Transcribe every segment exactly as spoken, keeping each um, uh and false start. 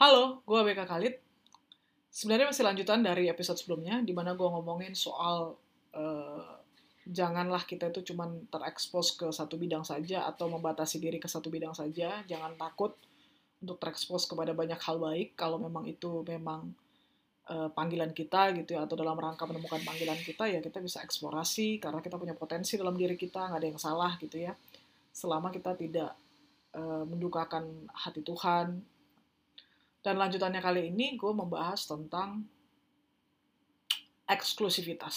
Halo, gue B K Khalid. Sebenarnya masih lanjutan dari episode sebelumnya, di mana gue ngomongin soal eh, janganlah kita itu cuman terekspos ke satu bidang saja atau membatasi diri ke satu bidang saja. Jangan takut untuk terekspos kepada banyak hal baik kalau memang itu memang eh, panggilan kita gitu ya, atau dalam rangka menemukan panggilan kita ya kita bisa eksplorasi karena kita punya potensi dalam diri kita, nggak ada yang salah gitu ya. Selama kita tidak eh, mendukakan hati Tuhan. Dan lanjutannya kali ini gue membahas tentang eksklusivitas.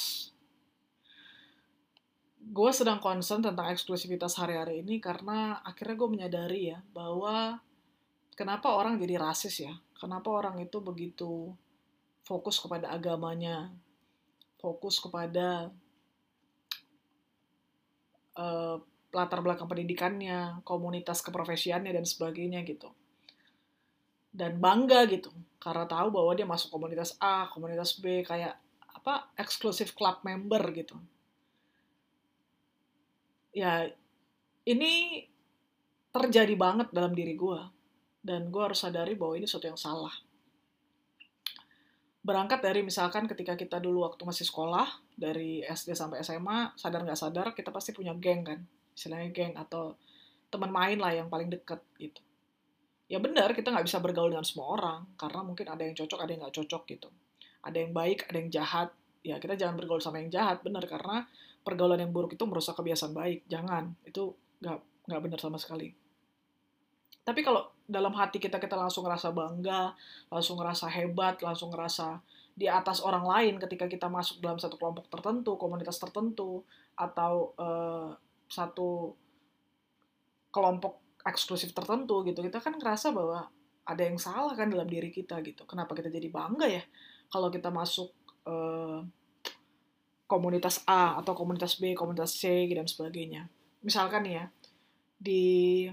Gue sedang concern tentang eksklusivitas hari-hari ini karena akhirnya gue menyadari ya bahwa kenapa orang jadi rasis ya. Kenapa orang itu begitu fokus kepada agamanya, fokus kepada uh, latar belakang pendidikannya, komunitas keprofesiannya dan sebagainya gitu. Dan bangga gitu karena tahu bahwa dia masuk komunitas A, komunitas B, kayak apa eksklusif club member gitu. Ya ini terjadi banget dalam diri gue dan gue harus sadari bahwa ini sesuatu yang salah. Berangkat dari misalkan ketika kita dulu waktu masih sekolah dari S D sampai S M A, sadar nggak sadar kita pasti punya geng kan, istilahnya geng atau teman main lah yang paling deket gitu. Ya benar, kita nggak bisa bergaul dengan semua orang karena mungkin ada yang cocok, ada yang nggak cocok gitu. Ada yang baik, ada yang jahat. Ya kita jangan bergaul sama yang jahat, benar, karena pergaulan yang buruk itu merusak kebiasaan baik. Jangan, itu nggak nggak benar sama sekali. Tapi kalau dalam hati kita kita langsung ngerasa bangga, langsung ngerasa hebat, langsung ngerasa di atas orang lain ketika kita masuk dalam satu kelompok tertentu, komunitas tertentu, atau uh, satu kelompok eksklusif tertentu gitu, kita kan ngerasa bahwa ada yang salah kan dalam diri kita gitu. Kenapa kita jadi bangga ya kalau kita masuk uh, komunitas A atau komunitas B, komunitas C dan sebagainya. Misalkan ya, di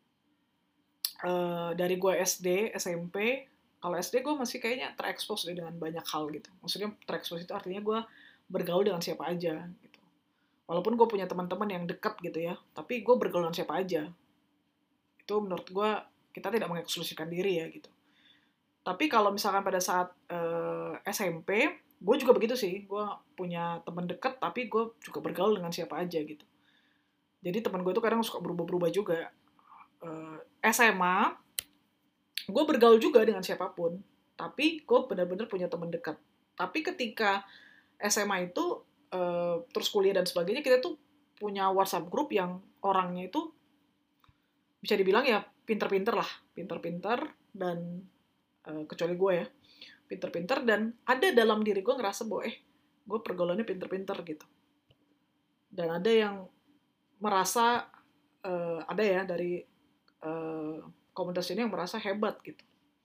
uh, dari gue S D, S M P, kalau S D gue masih kayaknya terekspos dengan banyak hal gitu. Maksudnya terekspos itu artinya gue bergaul dengan siapa aja gitu. Walaupun gue punya teman-teman yang dekat gitu ya, tapi gue bergaul dengan siapa aja. Itu menurut gue kita tidak mengeksklusifkan diri ya gitu. Tapi kalau misalkan pada saat uh, S M P, gue juga begitu sih. Gue punya teman dekat, tapi gue juga bergaul dengan siapa aja gitu. Jadi teman gue itu kadang suka berubah-berubah juga. Uh, S M A, gue bergaul juga dengan siapapun. Tapi gue benar-benar punya teman dekat. Tapi ketika S M A itu, uh, terus kuliah dan sebagainya, kita tuh punya WhatsApp group yang orangnya itu bisa dibilang ya pinter-pinter lah. Pinter-pinter dan uh, kecuali gue ya. Pinter-pinter dan ada dalam diri gue ngerasa bahwa eh gue pergaulannya pinter-pinter gitu. Dan ada yang merasa uh, ada ya dari uh, komunitas ini yang merasa hebat gitu.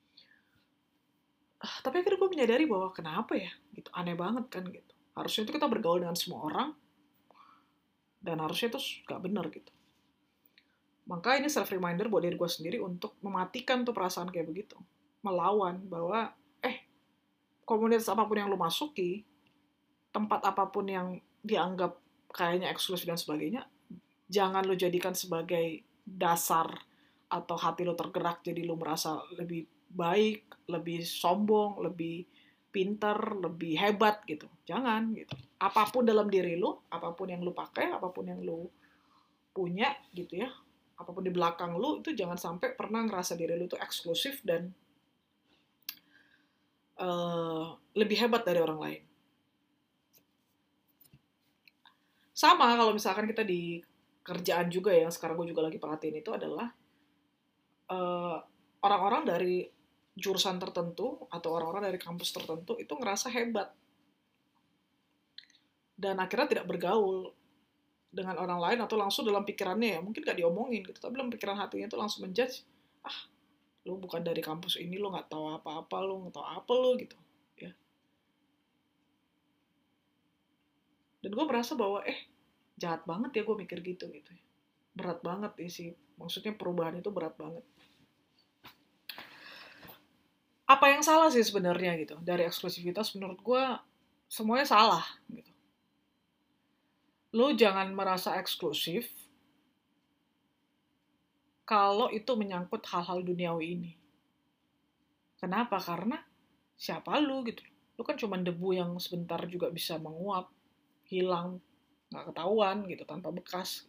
Ah, tapi akhirnya gue menyadari bahwa kenapa ya gitu, aneh banget kan gitu. Harusnya itu kita bergaul dengan semua orang dan harusnya itu gak benar gitu. Maka ini self reminder buat diri gue sendiri untuk mematikan tuh perasaan kayak begitu, melawan bahwa eh komunitas apapun yang lo masuki, tempat apapun yang dianggap kayaknya eksklusif dan sebagainya, jangan lo jadikan sebagai dasar atau hati lo tergerak jadi lo merasa lebih baik, lebih sombong, lebih pinter, lebih hebat gitu. Jangan gitu. Apapun dalam diri lo, apapun yang lo pakai, apapun yang lo punya gitu ya, apapun di belakang lo itu jangan sampai pernah ngerasa diri lo itu eksklusif dan uh, lebih hebat dari orang lain. Sama kalau misalkan kita di kerjaan juga ya, sekarang gue juga lagi perhatiin itu adalah uh, orang-orang dari jurusan tertentu atau orang-orang dari kampus tertentu itu ngerasa hebat dan akhirnya tidak bergaul dengan orang lain atau langsung dalam pikirannya ya mungkin gak diomongin gitu, tapi dalam pikiran hatinya itu langsung menjudge, ah lu bukan dari kampus ini, lu nggak tahu apa-apa, lu nggak tahu apa lu gitu ya. Dan gue merasa bahwa eh jahat banget ya gue mikir gitu gitu ya. Berat banget ya sih, maksudnya perubahan itu berat banget. Apa yang salah sih sebenarnya gitu dari eksklusivitas? Menurut gue semuanya salah gitu. Lo jangan merasa eksklusif kalau itu menyangkut hal-hal duniawi ini. Kenapa? Karena siapa lu gitu. Lu kan cuma debu yang sebentar juga bisa menguap, hilang, nggak ketahuan gitu, tanpa bekas.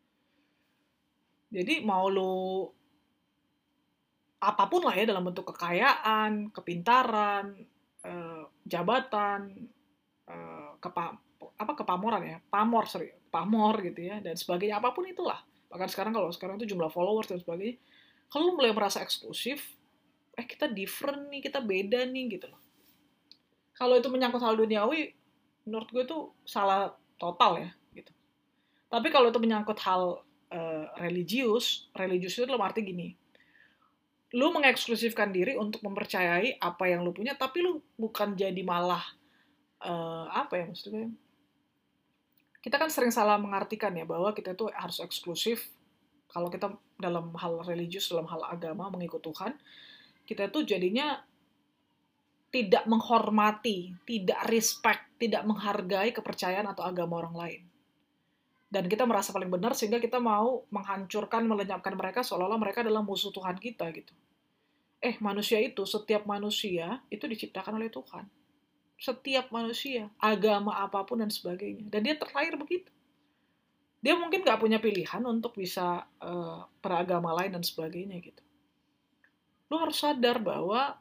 Jadi mau lu apapun lah ya dalam bentuk kekayaan, kepintaran, eh, jabatan, eh, kepa, apa kepamoran ya, pamor sorry, pamor gitu ya dan sebagainya apapun itulah. Bahkan sekarang kalau sekarang itu jumlah followers dan sebagainya, kalau lu mulai merasa eksklusif, eh kita different nih, kita beda nih gitu loh. Kalau itu menyangkut hal duniawi, menurut gue itu salah total ya gitu. Tapi kalau itu menyangkut hal uh, religius, religius itu dalam arti gini, lu mengeksklusifkan diri untuk mempercayai apa yang lu punya, tapi lu bukan jadi malah uh, apa ya maksudnya? Kita kan sering salah mengartikan ya bahwa kita itu harus eksklusif. Kalau kita dalam hal religius, dalam hal agama mengikut Tuhan, kita tuh jadinya tidak menghormati, tidak respect, tidak menghargai kepercayaan atau agama orang lain. Dan kita merasa paling benar sehingga kita mau menghancurkan, melenyapkan mereka seolah-olah mereka adalah musuh Tuhan kita gitu. Eh, manusia itu, setiap manusia itu diciptakan oleh Tuhan. Setiap manusia, agama apapun dan sebagainya. Dan dia terlahir begitu. Dia mungkin nggak punya pilihan untuk bisa uh, beragama lain dan sebagainya gitu. Lu harus sadar bahwa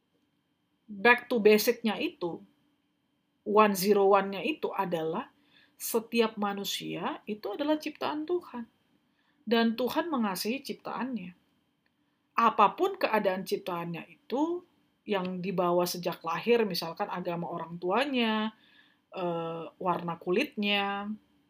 back to basic-nya itu, one zero one-nya itu adalah setiap manusia itu adalah ciptaan Tuhan. Dan Tuhan mengasihi ciptaannya. Apapun keadaan ciptaannya itu, yang dibawa sejak lahir, misalkan agama orang tuanya, uh, warna kulitnya,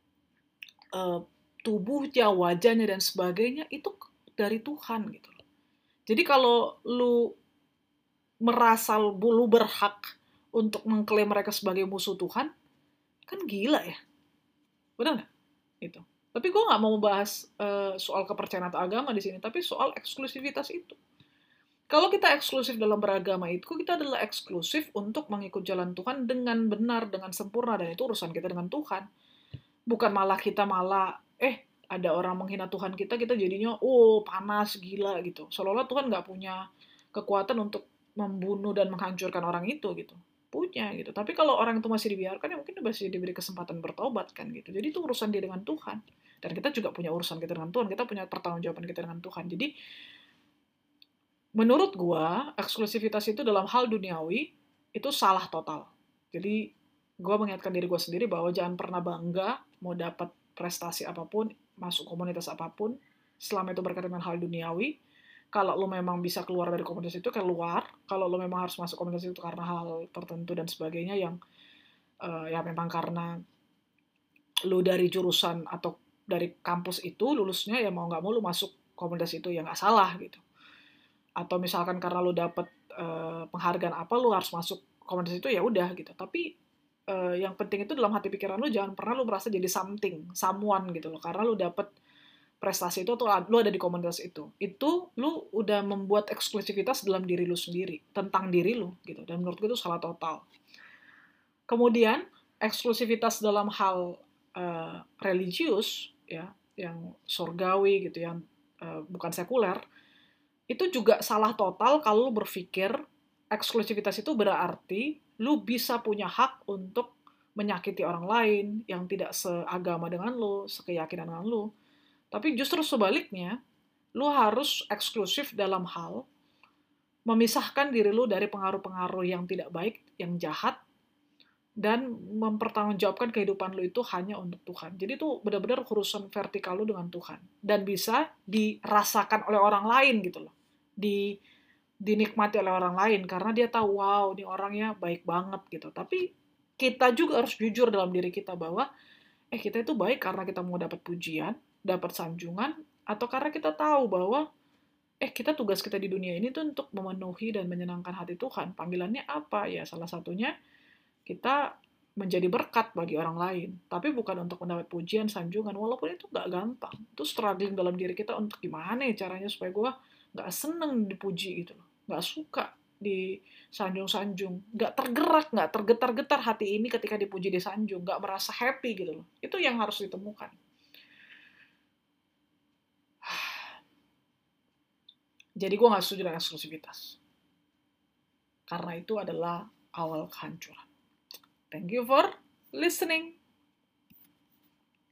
uh, tubuhnya, wajahnya, dan sebagainya, itu dari Tuhan gitu. Jadi kalau lu merasa lu berhak untuk mengklaim mereka sebagai musuh Tuhan, kan gila ya. Benar nggak? Itu. Tapi gue nggak mau membahas uh, soal kepercayaan atau agama di sini, tapi soal eksklusivitas itu. Kalau kita eksklusif dalam beragama itu, kita adalah eksklusif untuk mengikut jalan Tuhan dengan benar, dengan sempurna, dan itu urusan kita dengan Tuhan. Bukan malah kita malah, eh, ada orang menghina Tuhan kita, kita jadinya, oh, panas, gila, gitu. Seolah-olah Tuhan nggak punya kekuatan untuk membunuh dan menghancurkan orang itu, gitu. Punya, gitu. Tapi kalau orang itu masih dibiarkan, ya mungkin masih diberi kesempatan bertobat, kan, gitu. Jadi itu urusan dia dengan Tuhan. Dan kita juga punya urusan kita dengan Tuhan. Kita punya pertanggungjawaban kita dengan Tuhan. Jadi, menurut gua, eksklusivitas itu dalam hal duniawi, itu salah total. Jadi, gua mengingatkan diri gua sendiri bahwa jangan pernah bangga mau dapat prestasi apapun, masuk komunitas apapun, selama itu berkaitan dengan hal duniawi. Kalau lo memang bisa keluar dari komunitas itu, keluar. Kalau lo memang harus masuk komunitas itu karena hal tertentu dan sebagainya yang uh, ya memang karena lo dari jurusan atau dari kampus itu lulusnya, ya mau nggak mau lo masuk komunitas itu, ya nggak salah gitu. Atau misalkan karena lo dapet uh, penghargaan apa, lo harus masuk komunitas itu, ya udah gitu. Tapi uh, yang penting itu dalam hati pikiran lo jangan pernah lo merasa jadi something, someone gitu loh, karena lo dapet prestasi itu atau lo ada di komunitas itu. Itu lo udah membuat eksklusivitas dalam diri lo sendiri, tentang diri lo gitu. Dan menurut gue itu salah total. Kemudian eksklusivitas dalam hal uh, religius ya, yang surgawi gitu, yang uh, bukan sekuler, itu juga salah total kalau lu berpikir eksklusivitas itu berarti lu bisa punya hak untuk menyakiti orang lain yang tidak seagama dengan lu, sekeyakinan dengan lu. Tapi justru sebaliknya, lu harus eksklusif dalam hal memisahkan diri lu dari pengaruh-pengaruh yang tidak baik, yang jahat, dan mempertanggungjawabkan kehidupan lu itu hanya untuk Tuhan. Jadi itu benar-benar urusan vertikal lu dengan Tuhan. Dan bisa dirasakan oleh orang lain gitu loh. Di, dinikmati oleh orang lain. Karena dia tahu, wow, ini orangnya baik banget gitu. Tapi kita juga harus jujur dalam diri kita bahwa, eh kita itu baik karena kita mau dapat pujian, dapat sanjungan, atau karena kita tahu bahwa, eh kita tugas kita di dunia ini tuh untuk memenuhi dan menyenangkan hati Tuhan. Panggilannya apa? Ya salah satunya, kita menjadi berkat bagi orang lain, tapi bukan untuk mendapat pujian, sanjungan, walaupun itu gak gampang. Itu struggling dalam diri kita untuk gimana ya caranya supaya gue gak seneng dipuji gitu loh, gak suka disanjung-sanjung, gak tergerak, gak tergetar-getar hati ini ketika dipuji disanjung, gak merasa happy gitu loh. Itu yang harus ditemukan. Jadi gue gak setuju dengan eksklusivitas. Karena itu adalah awal kehancuran. Thank you for listening.